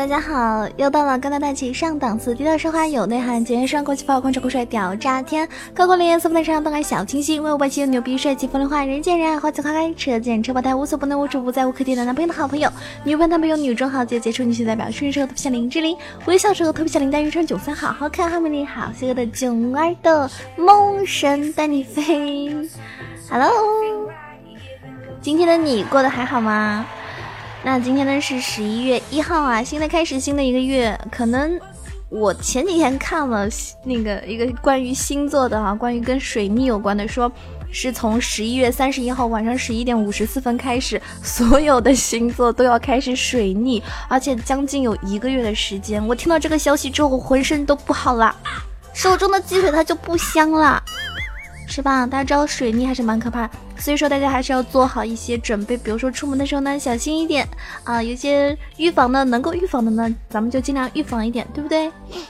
大家好，又到了高大大气上档次，低调奢华有内涵，简约上国际范，狂扯酷帅屌炸天，高光烈焰，色不带上，动感小清新，为我外形牛逼帅气风流话，人见人爱，花见花开，车见车爆胎，无所不能无处不在，无可替代男朋友的好朋友，女朋友男朋友女中豪杰，杰出女性代表，顺时候特别像林志玲，微笑时候特别像林黛玉，穿93好好看好美丽好邪恶的囧儿的梦神带你飞。 Hello， 今天的你过得还好吗？那今天呢是11月1号啊，新的开始，新的一个月。可能我前几天看了那个一个关于星座的关于跟水逆有关的，说是从11月31号晚上11点54分开始，所有的星座都要开始水逆，而且将近有1个月的时间。我听到这个消息之后，我浑身都不好了，手中的鸡腿它就不香了，是吧？大家知道水逆还是蛮可怕，所以说大家还是要做好一些准备，比如说出门的时候呢小心一点啊，有些预防呢能够预防的呢咱们就尽量预防一点，对不对？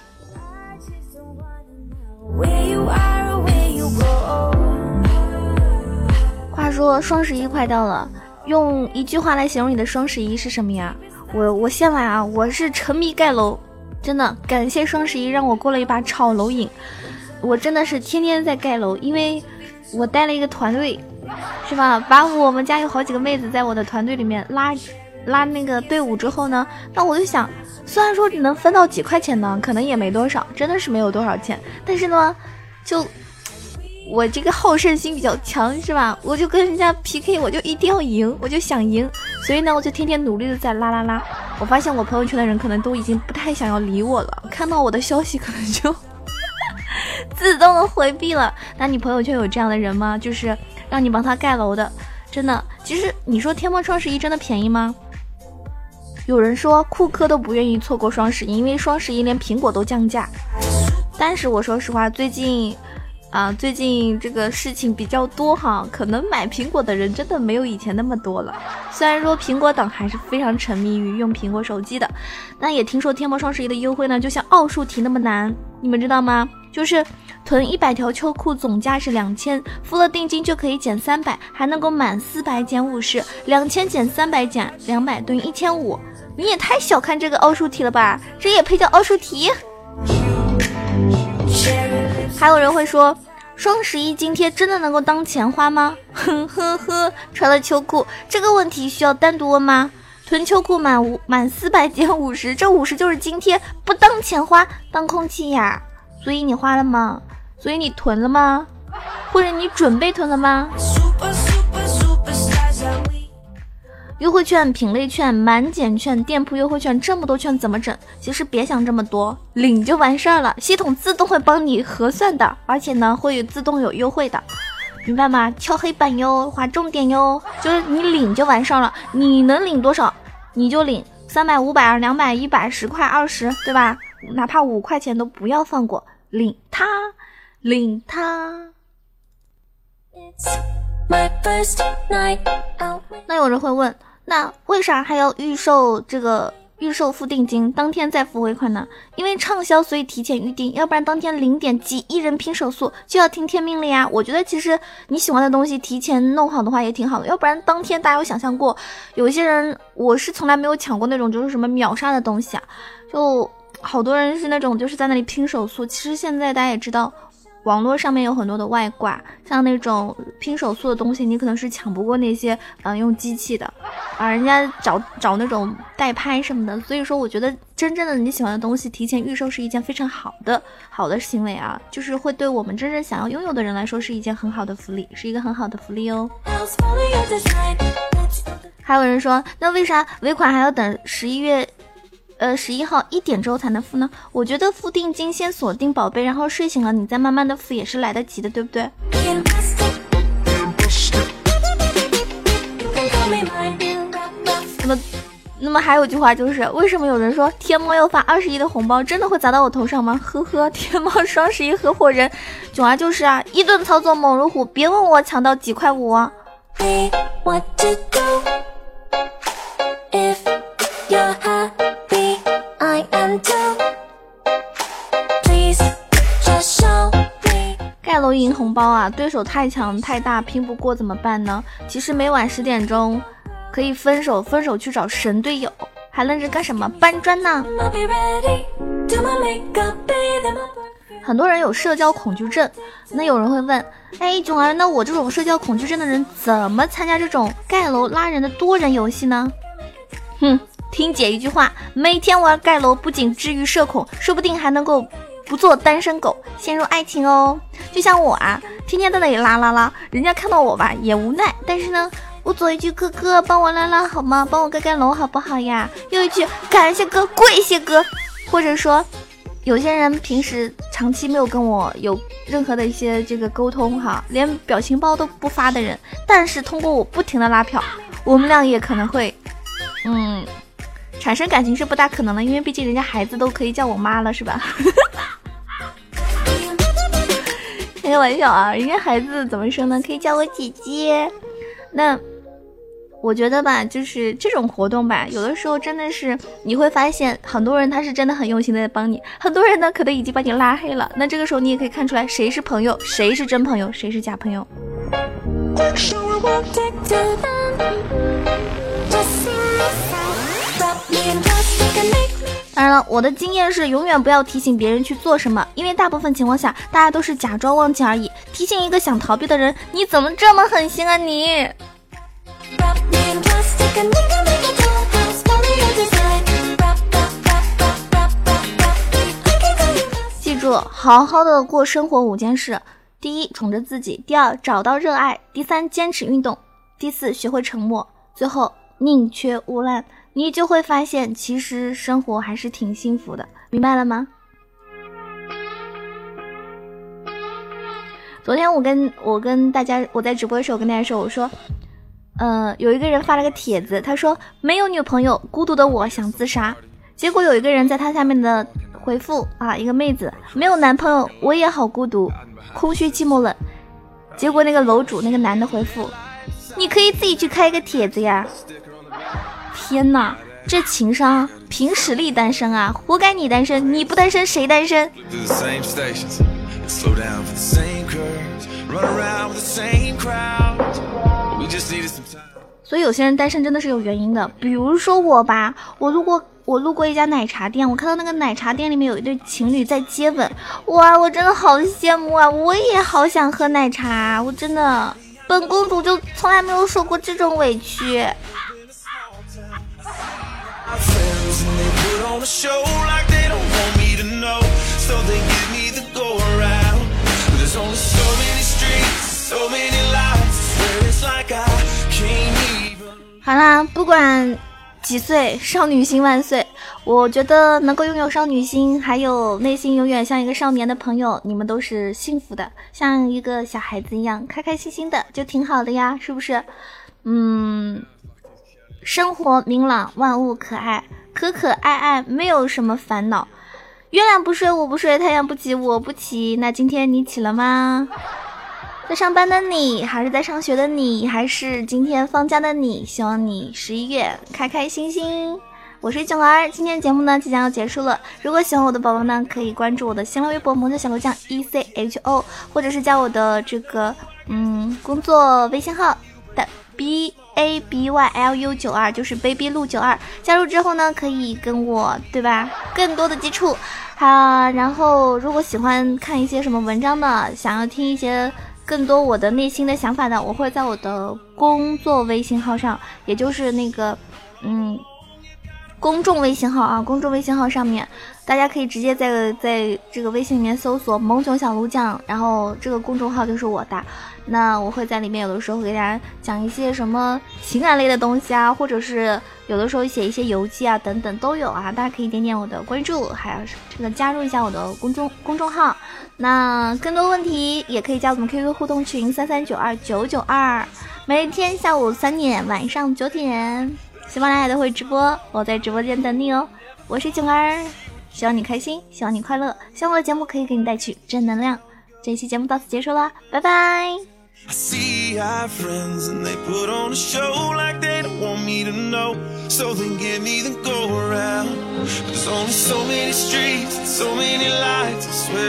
话说双11快到了，用一句话来形容你的双11是什么呀？我先来啊，我是沉迷盖楼，真的感谢双11让我过了一把炒楼瘾，我真的是天天在盖楼，因为我带了一个团队，是吧？把我们家有好几个妹子在我的团队里面拉那个队伍之后呢，那我就想，虽然说能分到几块钱呢，可能也没多少，真的是没有多少钱，但是呢，就我这个好胜心比较强，是吧？我就跟人家 PK， 我就一定要赢，我就想赢，所以呢，我就天天努力的在拉。我发现我朋友圈的人可能都已经不太想要理我了，看到我的消息可能就自动的回避了。那你朋友圈有这样的人吗？就是让你帮他盖楼的，真的。其实你说天猫双11真的便宜吗？有人说库克都不愿意错过双11，因为双11连苹果都降价。但是我说实话，最近这个事情比较多哈，可能买苹果的人真的没有以前那么多了。虽然说苹果党还是非常沉迷于用苹果手机的，但也听说天猫双11的优惠呢，就像奥数题那么难，你们知道吗？就是囤100条秋裤总价是2000，付了定金就可以减300，还能够满400减50，2000减300减200等于1500。你也太小看这个奥数题了吧，这也配叫奥数题？还有人会说，双11津贴真的能够当钱花吗？穿了秋裤这个问题需要单独问吗？囤秋裤满400减50，这50就是津贴，不当钱花当空气呀。所以你花了吗？所以你囤了吗？或者你准备囤了吗？优惠券、品类券、满减券、店铺优惠券，这么多券怎么整？其实别想这么多，领就完事儿了，系统自动会帮你核算的，而且呢会自动有优惠的，明白吗？敲黑板哟，划重点哟，就是你领就完事儿了，你能领多少你就领，300、500、200、100、10块、20，对吧？哪怕5块钱都不要放过，领它。那有人会问，那为啥还要预售付定金，当天再付尾款呢？因为畅销，所以提前预定，要不然当天0点几亿人拼手速就要听天命了呀。我觉得其实你喜欢的东西提前弄好的话也挺好的，要不然当天大家有想象过，有些人我是从来没有抢过那种就是什么秒杀的东西啊，就好多人是那种就是在那里拼手速。其实现在大家也知道，网络上面有很多的外挂，像那种拼手速的东西，你可能是抢不过那些用机器的人家找那种代拍什么的。所以说我觉得真正的你喜欢的东西提前预售是一件非常好的行为啊，就是会对我们真正想要拥有的人来说是一件很好的福利，是一个很好的福利哦。还有人说，那为啥尾款还要等11月11号1点之后才能付呢？我觉得付定金先锁定宝贝，然后睡醒了你再慢慢的付也是来得及的，对不对？那么还有句话就是，为什么有人说天猫要发20亿的红包真的会砸到我头上吗？天猫双11合伙人囧儿就是啊，一顿操作猛如虎，别问我抢到几块5啊。盖楼赢红包啊，对手太强太大拼不过怎么办呢？其实每晚10点钟可以分手去找神队友， 还愣着干什么？搬砖呢？很多人有社交恐惧症，那有人会问，哎，囧儿，那我这种社交恐惧症的人怎么参加这种盖楼拉人的多人游戏呢？听姐一句话，每天玩盖楼不仅治愈社恐，说不定还能够不做单身狗，陷入爱情哦。就像我啊，天天在那里拉，人家看到我吧也无奈，但是呢，我左一句哥哥帮我拉好吗？帮我盖楼好不好呀？右一句感谢哥，跪谢哥。或者说有些人平时长期没有跟我有任何的一些这个沟通哈，连表情包都不发的人，但是通过我不停的拉票，我们俩也可能会产生感情是不大可能的，因为毕竟人家孩子都可以叫我妈了，是吧？开个玩笑啊，人家孩子怎么说呢？可以叫我姐姐。那我觉得吧，就是这种活动吧，有的时候真的是你会发现，很多人他是真的很用心的在帮你，很多人呢可能已经把你拉黑了。那这个时候你也可以看出来，谁是朋友，谁是真朋友，谁是假朋友。当然了，我的经验是永远不要提醒别人去做什么，因为大部分情况下大家都是假装忘记而已。提醒一个想逃避的人，你怎么这么狠心啊你？记住，好好的过生活5件事：第一，宠着自己；第二，找到热爱；第三，坚持运动；第四，学会沉默；最后，宁缺毋滥。你就会发现，其实生活还是挺幸福的，明白了吗？昨天我跟大家，我在直播的时候跟大家说，我说，有一个人发了个帖子，他说没有女朋友，孤独的我想自杀。结果有一个人在他下面的回复啊，一个妹子，没有男朋友，我也好孤独，空虚寂寞冷。结果那个楼主那个男的回复，你可以自己去开一个帖子呀。天哪，这情商，凭实力单身啊，活该你单身，你不单身谁单身？所以有些人单身真的是有原因的，比如说我吧，我路过一家奶茶店，我看到那个奶茶店里面有一对情侣在接吻，哇，我真的好羡慕啊，我也好想喝奶茶，我真的，本公主就从来没有受过这种委屈。好啦，不管几岁，少女心万岁。我觉得能够拥有少女心，还有内心永远像一个少年的朋友，你们都是幸福的，像一个小孩子一样开开心心的，就挺好的呀，是不是？生活明朗，万物可爱，可可爱爱，没有什么烦恼。月亮不睡我不睡，太阳不起我不起。那今天你起了吗？在上班的你，还是在上学的你，还是今天放假的你，希望你11月开开心心。我是囧儿，今天节目呢即将要结束了，如果喜欢我的宝宝呢，可以关注我的新浪微博萌的小楼酱 ECHO， 或者是加我的这个工作微信号的 BABYLU92， 就是 baby 路92，加入之后呢可以跟我对吧更多的接触然后如果喜欢看一些什么文章的，想要听一些更多我的内心的想法的，我会在我的工作微信号上，也就是那个公众微信号啊，公众微信号上面大家可以直接在这个微信里面搜索萌囧小炉酱，然后这个公众号就是我的。那我会在里面有的时候给大家讲一些什么情感类的东西啊，或者是有的时候写一些游记啊等等都有啊，大家可以点点我的关注，还有这个加入一下我的公众号。那更多问题也可以加我们 QQ 互动群33929992，每天下午3点，晚上9点，喜马拉雅都会直播，我在直播间等你哦。我是囧儿，希望你开心，希望你快乐，希望我的节目可以给你带去正能量。这一期节目到此结束了，拜拜。 I see our friends and they put on a show like they don't want me to know, so they give me the go around. But there's only so many streets and so many lights, I swear